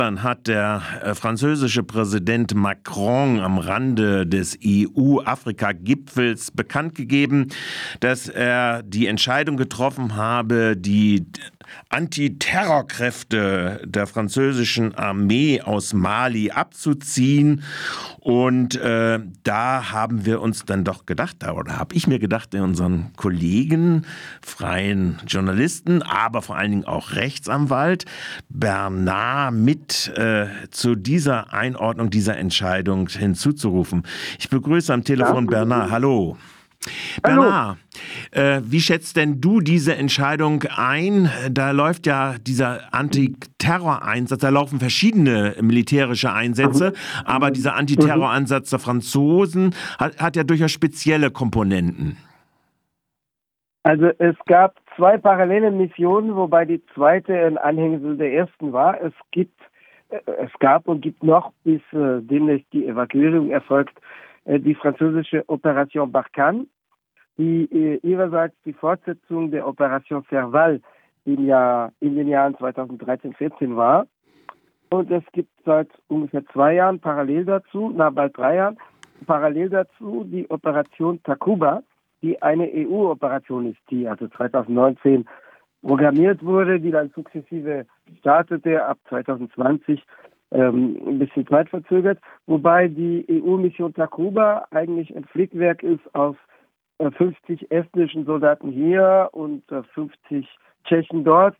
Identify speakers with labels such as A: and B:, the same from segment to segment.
A: Dann hat der französische Präsident Macron am Rande des EU-Afrika-Gipfels bekannt gegeben, dass er die Entscheidung getroffen habe, die Antiterrorkräfte der französischen Armee aus Mali abzuziehen. Und da haben wir uns dann doch gedacht, oder habe ich mir gedacht, unseren Kollegen, freien Journalisten, aber vor allen Dingen auch Rechtsanwalt Bernard mit zu dieser Einordnung dieser Entscheidung hinzuzurufen. Ich begrüße am Telefon Bernard. Hallo. Bernard, wie schätzt denn du diese Entscheidung ein? Da läuft ja dieser Antiterroreinsatz, da laufen verschiedene militärische Einsätze, aber dieser Antiterroransatz der Franzosen hat ja durchaus spezielle Komponenten.
B: Also es gab zwei parallele Missionen, wobei die zweite ein Anhängsel der ersten war. Es gab und gibt noch, bis demnächst die Evakuierung erfolgt, die französische Operation Barkhane, die ihrerseits die Fortsetzung der Operation Serval in den Jahren 2013-14 war. Und es gibt seit ungefähr 2 Jahren bald 3 Jahren, parallel dazu die Operation Takuba, die eine EU-Operation ist, die also 2019 programmiert wurde, die dann sukzessive startete, ab 2020 ein bisschen zeitverzögert, wobei die EU-Mission Takuba eigentlich ein Flickwerk ist aus 50 estnischen Soldaten hier und 50 Tschechen dort,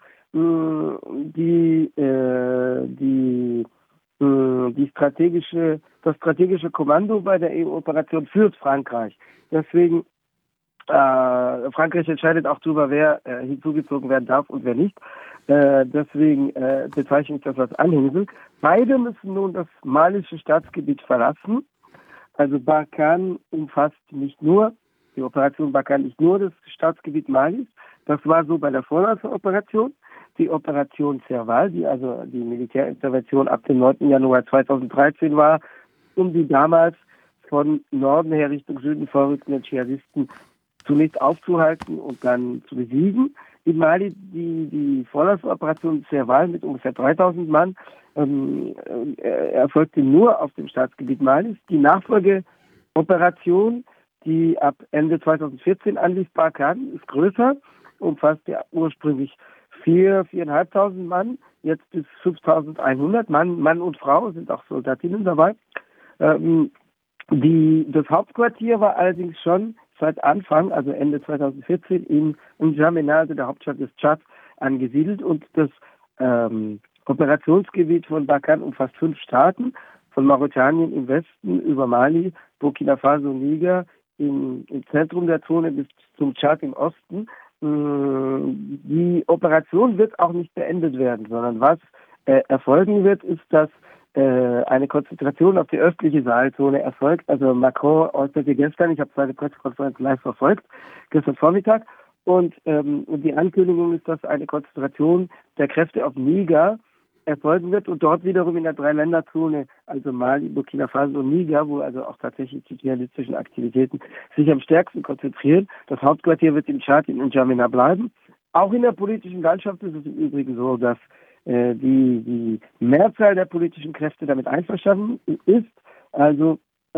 B: das strategische Kommando bei der EU-Operation führt Frankreich. Deswegen Frankreich entscheidet auch darüber, wer hinzugezogen werden darf und wer nicht. Deswegen bezeichne ich das als Anhängsel. Beide müssen nun das malische Staatsgebiet verlassen. Also Barkhane umfasst die Operation Barkhane nicht nur das Staatsgebiet Malis. Das war so bei der Vorlandsoperation. Die Operation Serval, die also die Militärintervention ab dem 9. Januar 2013 war, um die damals von Norden her Richtung Süden vorrückenden Dschihadisten zunächst aufzuhalten und dann zu besiegen. In Mali die Vorlandsoperation Serval mit ungefähr 3000 Mann erfolgte nur auf dem Staatsgebiet Malis. Die Nachfolgeoperation, die ab Ende 2014 anlief, Barkhane, ist größer, umfasst ja ursprünglich 4.500 Mann, jetzt bis 5.100 Mann und Frau, sind auch Soldatinnen dabei. Das Hauptquartier war allerdings schon seit Anfang, also Ende 2014, in N'Djamena, also der Hauptstadt des Tschad, angesiedelt. Und das Operationsgebiet von Barkhane umfasst 5 Staaten, von Mauretanien im Westen über Mali, Burkina Faso, Niger, im Zentrum der Zone bis zum Tschad im Osten. Die Operation wird auch nicht beendet werden, sondern was erfolgen wird, ist, dass eine Konzentration auf die östliche Sahelzone erfolgt. Also Macron äußerte gestern, ich habe seine Pressekonferenz live verfolgt, gestern Vormittag, und die Ankündigung ist, dass eine Konzentration der Kräfte auf Niger erfolgen wird und dort wiederum in der Dreiländerzone, also Mali, Burkina Faso und Niger, wo also auch tatsächlich die dschihadistischen Aktivitäten sich am stärksten konzentrieren. Das Hauptquartier wird in Tschad, in N'Djamena bleiben. Auch in der politischen Landschaft ist es im Übrigen so, dass die Mehrzahl der politischen Kräfte damit einverstanden ist. Also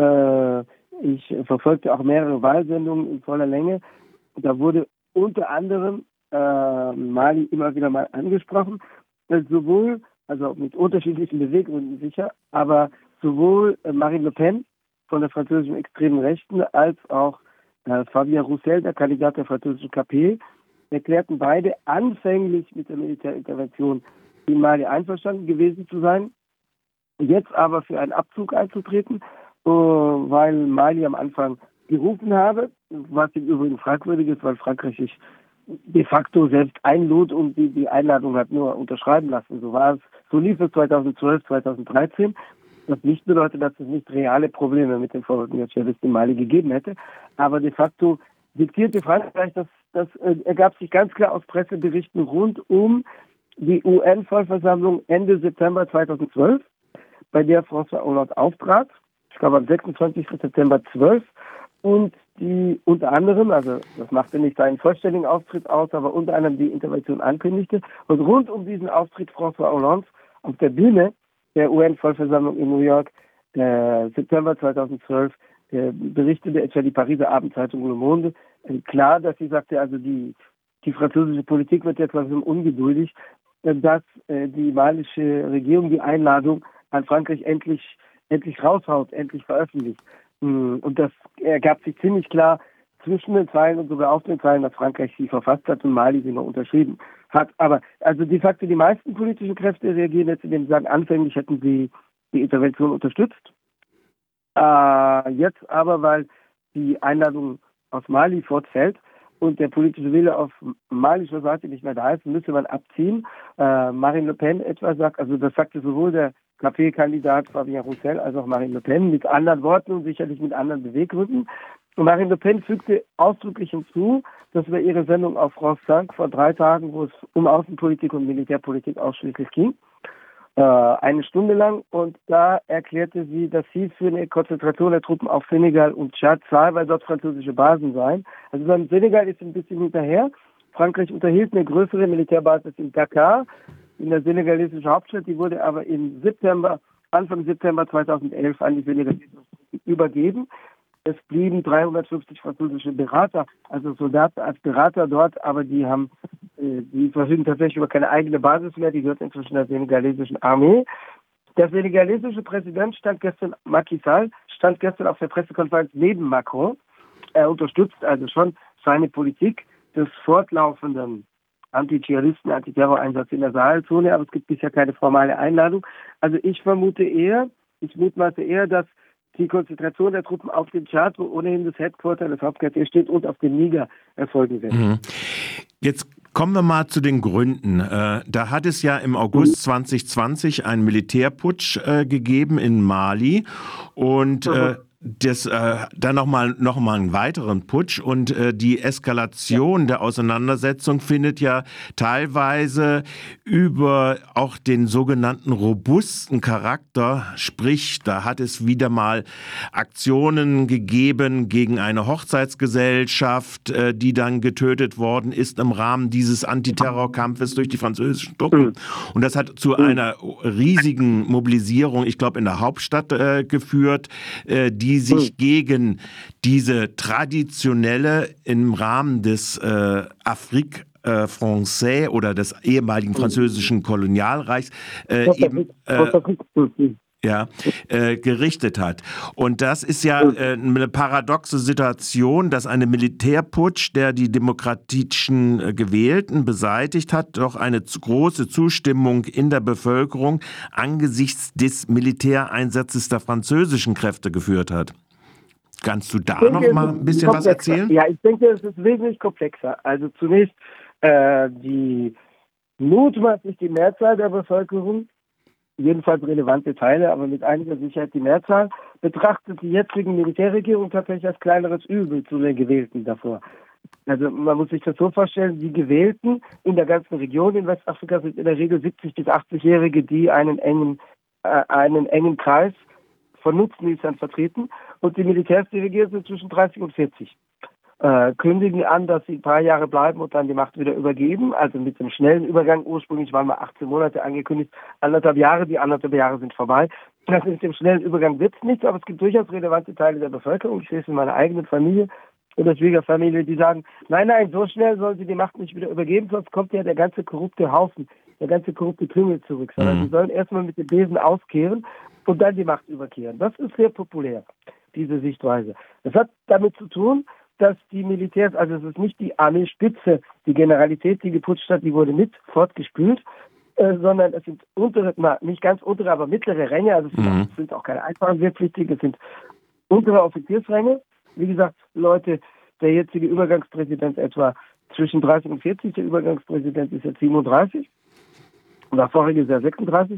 B: ich verfolgte auch mehrere Wahlsendungen in voller Länge. Da wurde unter anderem Mali immer wieder mal angesprochen, sowohl, also mit unterschiedlichen Beweggründen sicher, aber sowohl Marine Le Pen von der französischen extremen Rechten als auch Fabien Roussel, der Kandidat der französischen KP, erklärten beide anfänglich mit der Militärintervention in Mali einverstanden gewesen zu sein, jetzt aber für einen Abzug einzutreten, weil Mali am Anfang gerufen habe, was im Übrigen fragwürdig ist, weil Frankreich sich de facto selbst einlud und die Einladung hat nur unterschreiben lassen. So lief es 2012, 2013. Das nicht bedeutet, dass es nicht reale Probleme mit den vorrückenden Dschihadisten in Mali gegeben hätte, aber de facto diktierte Frankreich, das ergab sich ganz klar aus Presseberichten rund um die UN-Vollversammlung Ende September 2012, bei der François Hollande auftrat, ich glaube am 26. September 12, und die unter anderem, also das machte nicht seinen vollständigen Auftritt aus, aber unter anderem die Intervention ankündigte. Und rund um diesen Auftritt François Hollandes auf der Bühne der UN-Vollversammlung in New York, September 2012, berichtete etwa die Pariser Abendzeitung Le Monde, klar, dass sie sagte, also die französische Politik wird jetzt langsam ungeduldig, dass die malische Regierung die Einladung an Frankreich endlich raushaut, endlich veröffentlicht. Und das ergab sich ziemlich klar zwischen den Zeilen und sogar auf den Zeilen, dass Frankreich sie verfasst hat und Mali sie noch unterschrieben hat. Aber also de facto die meisten politischen Kräfte reagieren jetzt, indem sie sagen, anfänglich hätten sie die Intervention unterstützt. Jetzt aber, weil die Einladung aus Mali fortfällt und der politische Wille auf malischer Seite nicht mehr da ist, müsste man abziehen. Marine Le Pen etwa sagt, also das sagte sowohl der KP-Kandidat Fabien Roussel als auch Marine Le Pen mit anderen Worten und sicherlich mit anderen Beweggründen. Und Marine Le Pen fügte ausdrücklich hinzu, dass bei ihrer Sendung auf France 5 vor 3 Tagen, wo es um Außenpolitik und Militärpolitik ausschließlich ging, 1 Stunde lang, und da erklärte sie, dass sie für eine Konzentration der Truppen auf Senegal und Tschad sei, weil dort französische Basen seien. Also Senegal ist ein bisschen hinterher. Frankreich unterhielt eine größere Militärbasis in Dakar, in der senegalesischen Hauptstadt. Die wurde aber Anfang September 2011 an die senegalesischen Truppen übergeben. Es blieben 350 französische Berater, also Soldaten als Berater dort, aber die verfügen tatsächlich über keine eigene Basis mehr, die gehört inzwischen der senegalesischen Armee. Der senegalesische Präsident Macky Sall stand gestern auf der Pressekonferenz neben Macron. Er unterstützt also schon seine Politik des fortlaufenden Anti-Dschihadisten, Antiterror-Einsatzes in der Sahelzone, aber es gibt bisher keine formale Einladung. Also ich mutmaße eher, dass die Konzentration der Truppen auf den Tschad, wo ohnehin das Headquarter des Hauptquartiers steht, und auf den Niger erfolgen wird.
A: Jetzt kommen wir mal zu den Gründen. Da hat es ja im August 2020 einen Militärputsch gegeben in Mali und dann nochmal einen weiteren Putsch, und die Eskalation der Auseinandersetzung findet ja teilweise über auch den sogenannten robusten Charakter, sprich, da hat es wieder mal Aktionen gegeben gegen eine Hochzeitsgesellschaft, die dann getötet worden ist im Rahmen dieses Antiterrorkampfes durch die französischen Truppen. Und das hat zu einer riesigen Mobilisierung, ich glaube in der Hauptstadt, geführt, die sich gegen diese traditionelle im Rahmen des Afrique Français oder des ehemaligen französischen Kolonialreichs gerichtet hat. Und das ist ja eine paradoxe Situation, dass eine Militärputsch, der die demokratischen Gewählten beseitigt hat, doch eine große Zustimmung in der Bevölkerung angesichts des Militäreinsatzes der französischen Kräfte geführt hat. Kannst du da noch mal ein bisschen was erzählen?
B: Ja, ich denke, es ist wesentlich komplexer. Also zunächst die mutmaßlich die Mehrzahl der Bevölkerung, jedenfalls relevante Teile, aber mit einiger Sicherheit die Mehrzahl, betrachtet die jetzigen Militärregierung tatsächlich als kleineres Übel zu den Gewählten davor. Also man muss sich das so vorstellen, die Gewählten in der ganzen Region in Westafrika sind in der Regel 70- bis 80-Jährige, die einen engen Kreis von Nutznießern vertreten, und die Militärs, die regieren, sind zwischen 30 und 40. Kündigen an, dass sie ein paar Jahre bleiben und dann die Macht wieder übergeben, also mit dem schnellen Übergang. Ursprünglich waren mal 18 Monate angekündigt, 1,5 Jahre, die 1,5 Jahre sind vorbei. Also mit dem schnellen Übergang wird es nichts, aber es gibt durchaus relevante Teile der Bevölkerung, ich sehe es in meiner eigenen Familie oder Schwiegerfamilie, die sagen, nein, so schnell sollen sie die Macht nicht wieder übergeben, sonst kommt ja der ganze korrupte Haufen, der ganze korrupte Klüngel zurück, sondern sie sollen erstmal mit dem Besen auskehren und dann die Macht überkehren. Das ist sehr populär, diese Sichtweise. Das hat damit zu tun, dass die Militärs, also es ist nicht die Armeespitze, die Generalität, die geputscht hat, die wurde mit fortgespült, sondern es sind nicht ganz untere, aber mittlere Ränge, also es sind auch keine einfachen Wehrpflichtigen, es sind untere Offiziersränge. Wie gesagt, Leute, der jetzige Übergangspräsident etwa zwischen 30 und 40, der Übergangspräsident ist jetzt 37 und der vorige ist ja 36,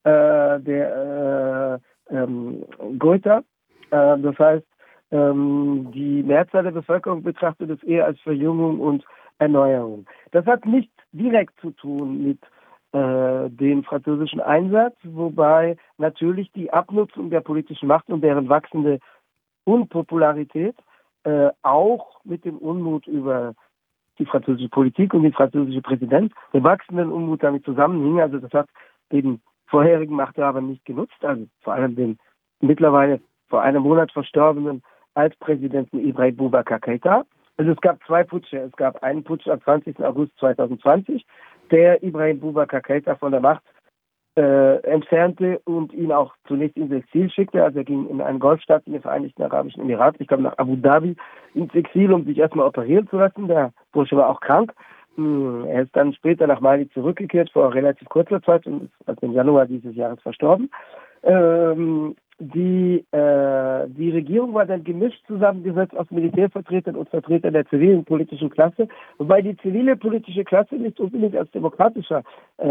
B: Goita, das heißt, die Mehrzahl der Bevölkerung betrachtet es eher als Verjüngung und Erneuerung. Das hat nichts direkt zu tun mit dem französischen Einsatz, wobei natürlich die Abnutzung der politischen Macht und deren wachsende Unpopularität auch mit dem Unmut über die französische Politik und den französischen Präsident, der wachsenden Unmut damit zusammenhing. Also das hat eben vorherigen Machthaber nicht genutzt, also vor allem den mittlerweile vor einem Monat verstorbenen Altpräsidenten Ibrahim Boubacar Keïta. Also es gab zwei Putsche. Es gab einen Putsch am 20. August 2020, der Ibrahim Boubacar Keïta von der Macht entfernte und ihn auch zunächst ins Exil schickte. Also er ging in einen Golfstaat in den Vereinigten Arabischen Emiraten, ich glaube nach Abu Dhabi, ins Exil, um sich erstmal operieren zu lassen. Der Bursche war auch krank. Er ist dann später nach Mali zurückgekehrt, vor relativ kurzer Zeit, und ist also im Januar dieses Jahres verstorben. Die Regierung war dann gemischt zusammengesetzt aus Militärvertretern und Vertretern der zivilen politischen Klasse, wobei die zivile politische Klasse nicht unbedingt als demokratischer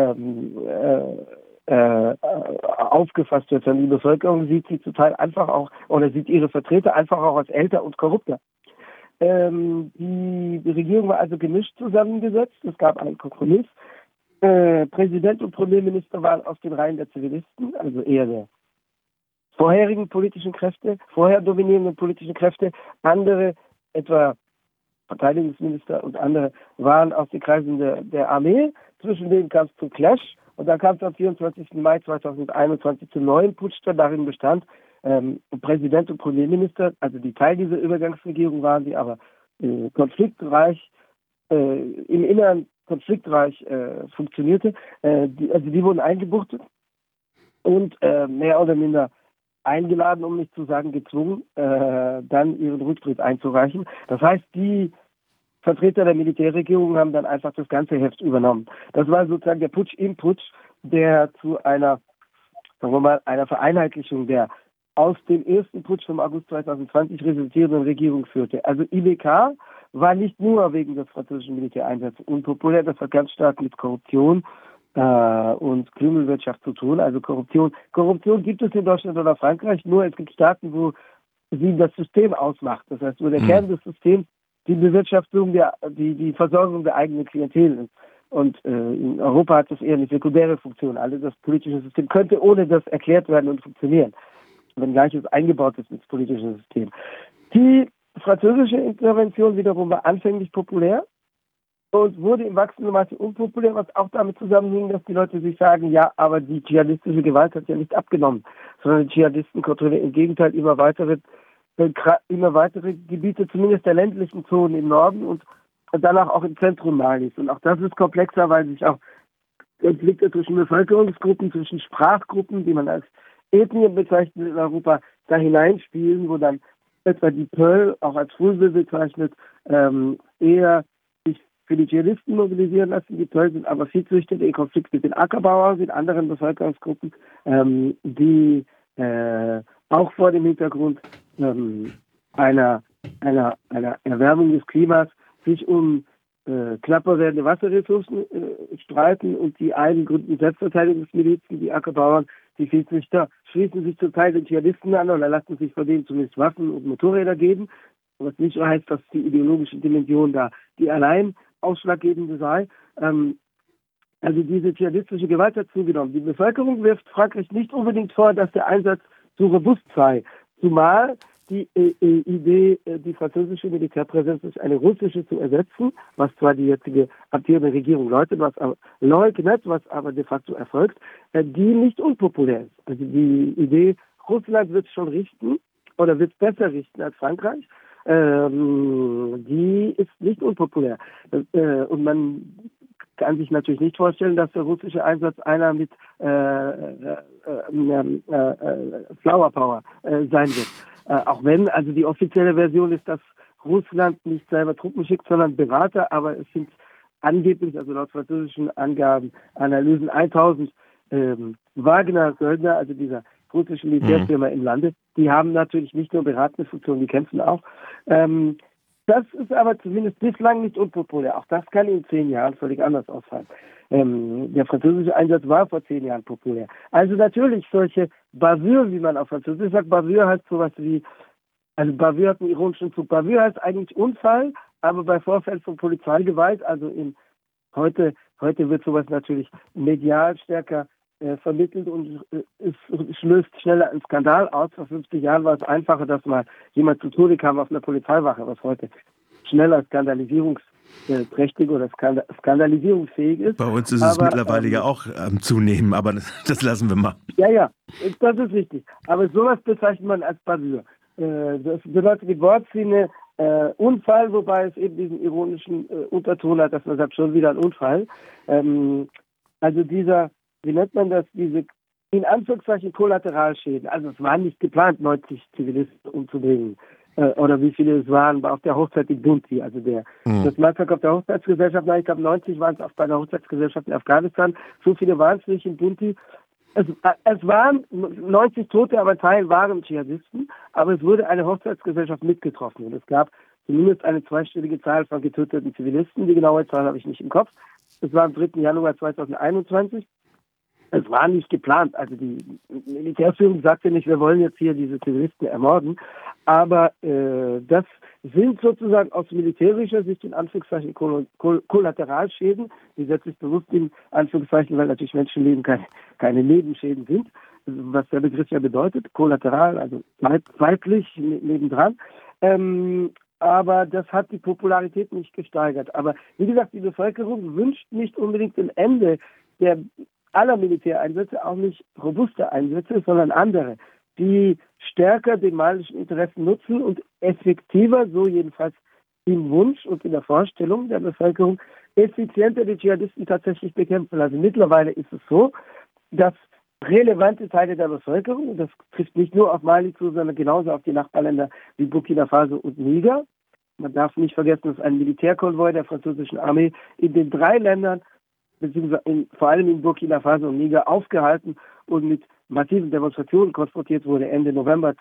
B: aufgefasst wird, sondern die Bevölkerung sieht sie zum Teil einfach auch, oder sieht ihre Vertreter einfach auch als älter und korrupter. Die Regierung war also gemischt zusammengesetzt, es gab einen Kompromiss. Präsident und Premierminister waren aus den Reihen der Zivilisten, also eher der vorherigen politischen Kräfte, vorher dominierenden politischen Kräfte. Andere, etwa Verteidigungsminister und andere, waren aus den Kreisen der Armee. Zwischen denen kam es zum Clash. Und dann kam es am 24. Mai 2021 zum neuen Putsch, der darin bestand, Präsident und Premierminister, also die Teil dieser Übergangsregierung waren, die aber konfliktreich, im Inneren konfliktreich funktionierte. Die wurden eingebuchtet und mehr oder minder eingeladen, um nicht zu sagen gezwungen, dann ihren Rücktritt einzureichen. Das heißt, die Vertreter der Militärregierung haben dann einfach das ganze Heft übernommen. Das war sozusagen der Putsch im Putsch, der zu einer, sagen wir mal, einer Vereinheitlichung der aus dem ersten Putsch vom August 2020 resultierenden Regierung führte. Also IBK war nicht nur wegen des französischen Militäreinsatzes unpopulär, das hat ganz stark mit Korruption und Krümelwirtschaft zu tun. Also Korruption gibt es in Deutschland oder Frankreich, nur es gibt Staaten, wo sie das System ausmacht. Das heißt, wo der Kern des Systems die Bewirtschaftung, die Versorgung der eigenen Klientel ist. Und in Europa hat das eher eine sekundäre Funktion. Also das politische System könnte ohne das erklärt werden und funktionieren, wenngleich es eingebaut ist ins politische System. Die französische Intervention wiederum war anfänglich populär und wurde im wachsenden Maße unpopulär, was auch damit zusammenhing, dass die Leute sich sagen, ja, aber die dschihadistische Gewalt hat ja nicht abgenommen, sondern die Dschihadisten kontrollieren im Gegenteil immer weitere Gebiete, zumindest der ländlichen Zonen im Norden und danach auch im Zentrum Malis. Und auch das ist komplexer, weil sich auch Konflikte zwischen Bevölkerungsgruppen, zwischen Sprachgruppen, die man als Ethnien bezeichnet in Europa, da hineinspielen, wo dann etwa die Peul, auch als Fulbe bezeichnet, eher sich für die Dschihadisten mobilisieren lassen. Die Peul sind aber Viehzüchter in Konflikt mit den Ackerbauern, mit anderen Bevölkerungsgruppen, die auch vor dem Hintergrund einer Erwärmung des Klimas sich um knapper werdende Wasserressourcen streiten, und die einen gründen Selbstverteidigungsmilizen, die Ackerbauern, die Viehzüchter schließen sich zum Teil den Dschihadisten an oder lassen sich von denen zumindest Waffen und Motorräder geben, was nicht so heißt, dass die ideologische Dimension da die allein ausschlaggebende sei. Also diese dschihadistische Gewalt hat zugenommen. Die Bevölkerung wirft Frankreich nicht unbedingt vor, dass der Einsatz zu robust sei, zumal die Idee, die französische Militärpräsenz durch eine russische zu ersetzen, was zwar die jetzige amtierende Regierung leugnet, was aber de facto erfolgt, die nicht unpopulär ist. Also die Idee, Russland wird schon richten oder wird besser richten als Frankreich, die ist nicht unpopulär. Und man kann sich natürlich nicht vorstellen, dass der russische Einsatz einer mit Flower Power sein wird. Auch wenn, also die offizielle Version ist, dass Russland nicht selber Truppen schickt, sondern Berater, aber es sind angeblich, also laut französischen Angaben, Analysen 1000 Wagner-Söldner, also dieser russischen Militärfirma im Lande, die haben natürlich nicht nur beratende Funktionen, die kämpfen auch. Das ist aber zumindest bislang nicht unpopulär. Auch das kann in 10 Jahren völlig anders ausfallen. Der französische Einsatz war vor 10 Jahren populär. Also natürlich solche Bavure, wie man auf Französisch sagt, Bavure heißt sowas wie, also Bavure hat einen ironischen Zug. Bavure heißt eigentlich Unfall, aber bei Vorfällen von Polizeigewalt, also heute wird sowas natürlich medial stärker vermittelt und es löst schneller einen Skandal aus. Vor 50 Jahren war es einfacher, dass mal jemand zu Tode kam auf einer Polizeiwache, was heute schneller Skandalisierungsgrund trächtig oder skandalisierungsfähig ist.
A: Bei uns ist es mittlerweile ja auch zunehmen, aber das lassen wir mal.
B: Ja, das ist richtig. Aber sowas bezeichnet man als Bavure. Das bedeutet die Wortsinne Unfall, wobei es eben diesen ironischen Unterton hat, dass man sagt, schon wieder ein Unfall. Also dieser, wie nennt man das, diese in Anführungszeichen Kollateralschäden. Also es war nicht geplant, 90 Zivilisten umzubringen. Oder wie viele es waren, auf der Hochzeit in Bunti, also das Massaker auf der Hochzeitsgesellschaft, ich glaube 90 waren es auch bei der Hochzeitsgesellschaft in Afghanistan, so viele waren es nicht in Bunti. Es waren 90 Tote, aber ein Teil waren Dschihadisten, aber es wurde eine Hochzeitsgesellschaft mitgetroffen und es gab zumindest eine zweistellige Zahl von getöteten Zivilisten, die genaue Zahl habe ich nicht im Kopf. Es war am 3. Januar 2021. Es war nicht geplant. Also die Militärführung sagte nicht, wir wollen jetzt hier diese Zivilisten ermorden. Aber das sind sozusagen aus militärischer Sicht in Anführungszeichen Kollateralschäden. Die setze ich bewusst in Anführungszeichen, weil natürlich Menschenleben keine Nebenschäden sind. Was der Begriff ja bedeutet. Kollateral, also zeitlich nebendran. Aber das hat die Popularität nicht gesteigert. Aber wie gesagt, die Bevölkerung wünscht nicht unbedingt ein Ende aller Militäreinsätze, auch nicht robuste Einsätze, sondern andere, die stärker den malischen Interessen nutzen und effektiver, so jedenfalls im Wunsch und in der Vorstellung der Bevölkerung, effizienter die Dschihadisten tatsächlich bekämpfen. Also mittlerweile ist es so, dass relevante Teile der Bevölkerung, und das trifft nicht nur auf Mali zu, sondern genauso auf die Nachbarländer wie Burkina Faso und Niger. Man darf nicht vergessen, dass ein Militärkonvoi der französischen Armee in den 3 Ländern beziehungsweise vor allem in Burkina Faso und Niger aufgehalten und mit massiven Demonstrationen konfrontiert wurde Ende November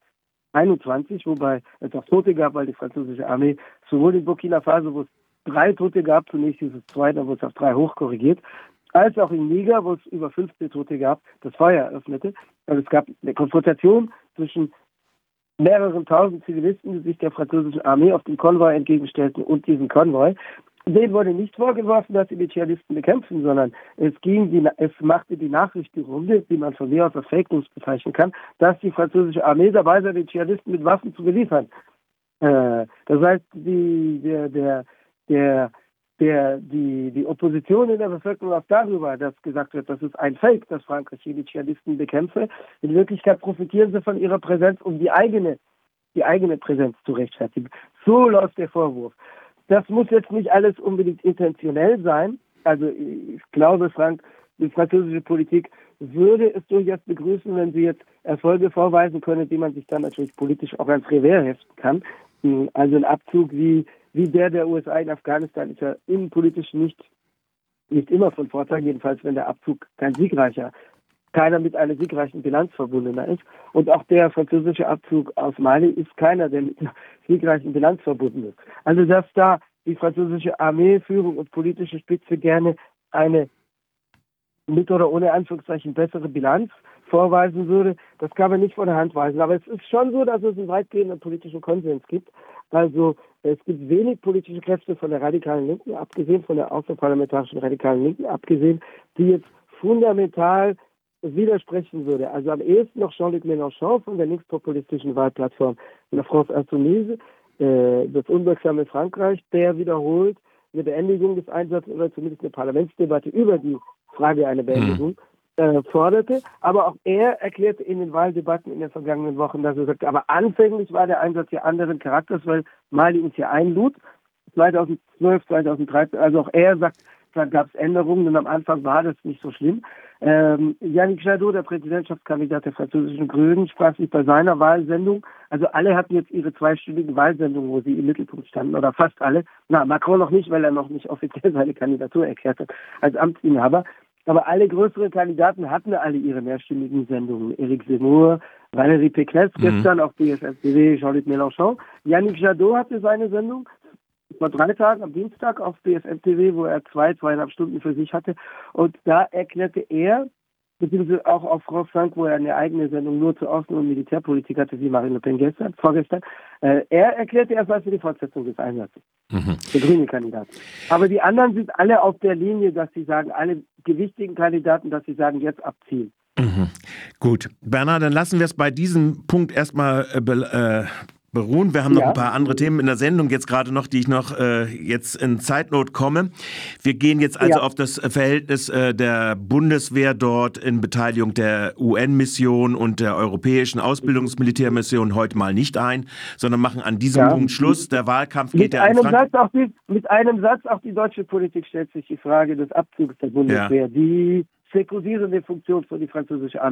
B: 2021, wobei es auch Tote gab, weil die französische Armee sowohl in Burkina Faso, wo es 3 Tote gab, zunächst dieses 2, dann wurde es auf 3 hochkorrigiert, als auch in Niger, wo es über 15 Tote gab, das Feuer eröffnete. Also es gab eine Konfrontation zwischen mehreren tausend Zivilisten, die sich der französischen Armee auf dem Konvoi entgegenstellten und diesen Konvoi. Denen wurde nicht vorgeworfen, dass sie die Dschihadisten bekämpfen, sondern es machte die Nachricht die Runde, die man von mir aus als Fake News bezeichnen kann, dass die französische Armee dabei sei, die Dschihadisten mit Waffen zu beliefern. Das heißt, die Opposition in der Bevölkerung auch darüber, dass gesagt wird, das ist ein Fake, dass Frankreich hier die Dschihadisten bekämpfe. In Wirklichkeit profitieren sie von ihrer Präsenz, um die eigene Präsenz zu rechtfertigen. So läuft der Vorwurf. Das muss jetzt nicht alles unbedingt intentionell sein. Also ich glaube, die französische Politik würde es durchaus begrüßen, wenn sie jetzt Erfolge vorweisen können, die man sich dann natürlich politisch auch ans Revers heften kann. Also ein Abzug wie der USA in Afghanistan ist ja innenpolitisch nicht immer von Vorteil, jedenfalls wenn der Abzug keiner mit einer siegreichen Bilanz verbundener ist. Und auch der französische Abzug aus Mali ist keiner, der mit einer siegreichen Bilanz verbunden ist. Also dass da die französische Armeeführung und politische Spitze gerne eine mit oder ohne Anführungszeichen bessere Bilanz vorweisen würde, das kann man nicht von der Hand weisen. Aber es ist schon so, dass es einen weitgehenden politischen Konsens gibt. Also es gibt wenig politische Kräfte von der radikalen Linken, abgesehen von der außerparlamentarischen radikalen Linken, abgesehen, die jetzt fundamental widersprechen würde. Also am ehesten noch Jean-Luc Mélenchon von der linkspopulistischen Wahlplattform La France Insoumise, das unwirksame Frankreich, der wiederholt eine Beendigung des Einsatzes oder zumindest eine Parlamentsdebatte über die Frage einer Beendigung forderte. Aber auch er erklärte in den Wahldebatten in den vergangenen Wochen, dass er sagte, aber anfänglich war der Einsatz ja anderen Charakters, weil Mali uns hier einlud, 2012, 2013, also auch er sagt, da gab es Änderungen und am Anfang war das nicht so schlimm. Yannick Jadot, der Präsidentschaftskandidat der französischen Grünen, sprach sich bei seiner Wahlsendung, also alle hatten jetzt ihre zweistündigen Wahlsendungen, wo sie im Mittelpunkt standen, oder fast alle. Macron noch nicht, weil er noch nicht offiziell seine Kandidatur erklärt hat als Amtsinhaber. Aber alle größeren Kandidaten hatten alle ihre mehrstündigen Sendungen. Éric Zemmour, Valérie Pécresse, gestern auf BFM-TV, Jean-Luc Mélenchon. Yannick Jadot hatte seine Sendung vor 3 Tagen am Dienstag auf BFM TV, wo er 2,5 Stunden für sich hatte. Und da erklärte er, beziehungsweise auch auf France 5, wo er eine eigene Sendung nur zur Außen- und Militärpolitik hatte, wie Marine Le Pen vorgestern, er erklärte erstmal für die Fortsetzung des Einsatzes. Der grüne Kandidat. Aber die anderen sind alle auf der Linie, dass sie sagen, alle gewichtigen Kandidaten, dass sie sagen, jetzt abziehen.
A: Gut, Bernhard, dann lassen wir es bei diesem Punkt erstmal beruhen. Wir haben noch
B: Ja.
A: ein paar andere Themen in der Sendung jetzt gerade noch, die ich noch jetzt in Zeitnot komme. Wir gehen jetzt also auf das Verhältnis der Bundeswehr dort in Beteiligung der UN-Mission und der europäischen Ausbildungsmilitärmission heute mal nicht ein, sondern machen an diesem Punkt Schluss. Der Wahlkampf geht ja in Frankreich.
B: Mit einem Satz auch die deutsche Politik stellt sich die Frage des Abzugs der Bundeswehr. Die säkulisierende Funktion für die französische Armee.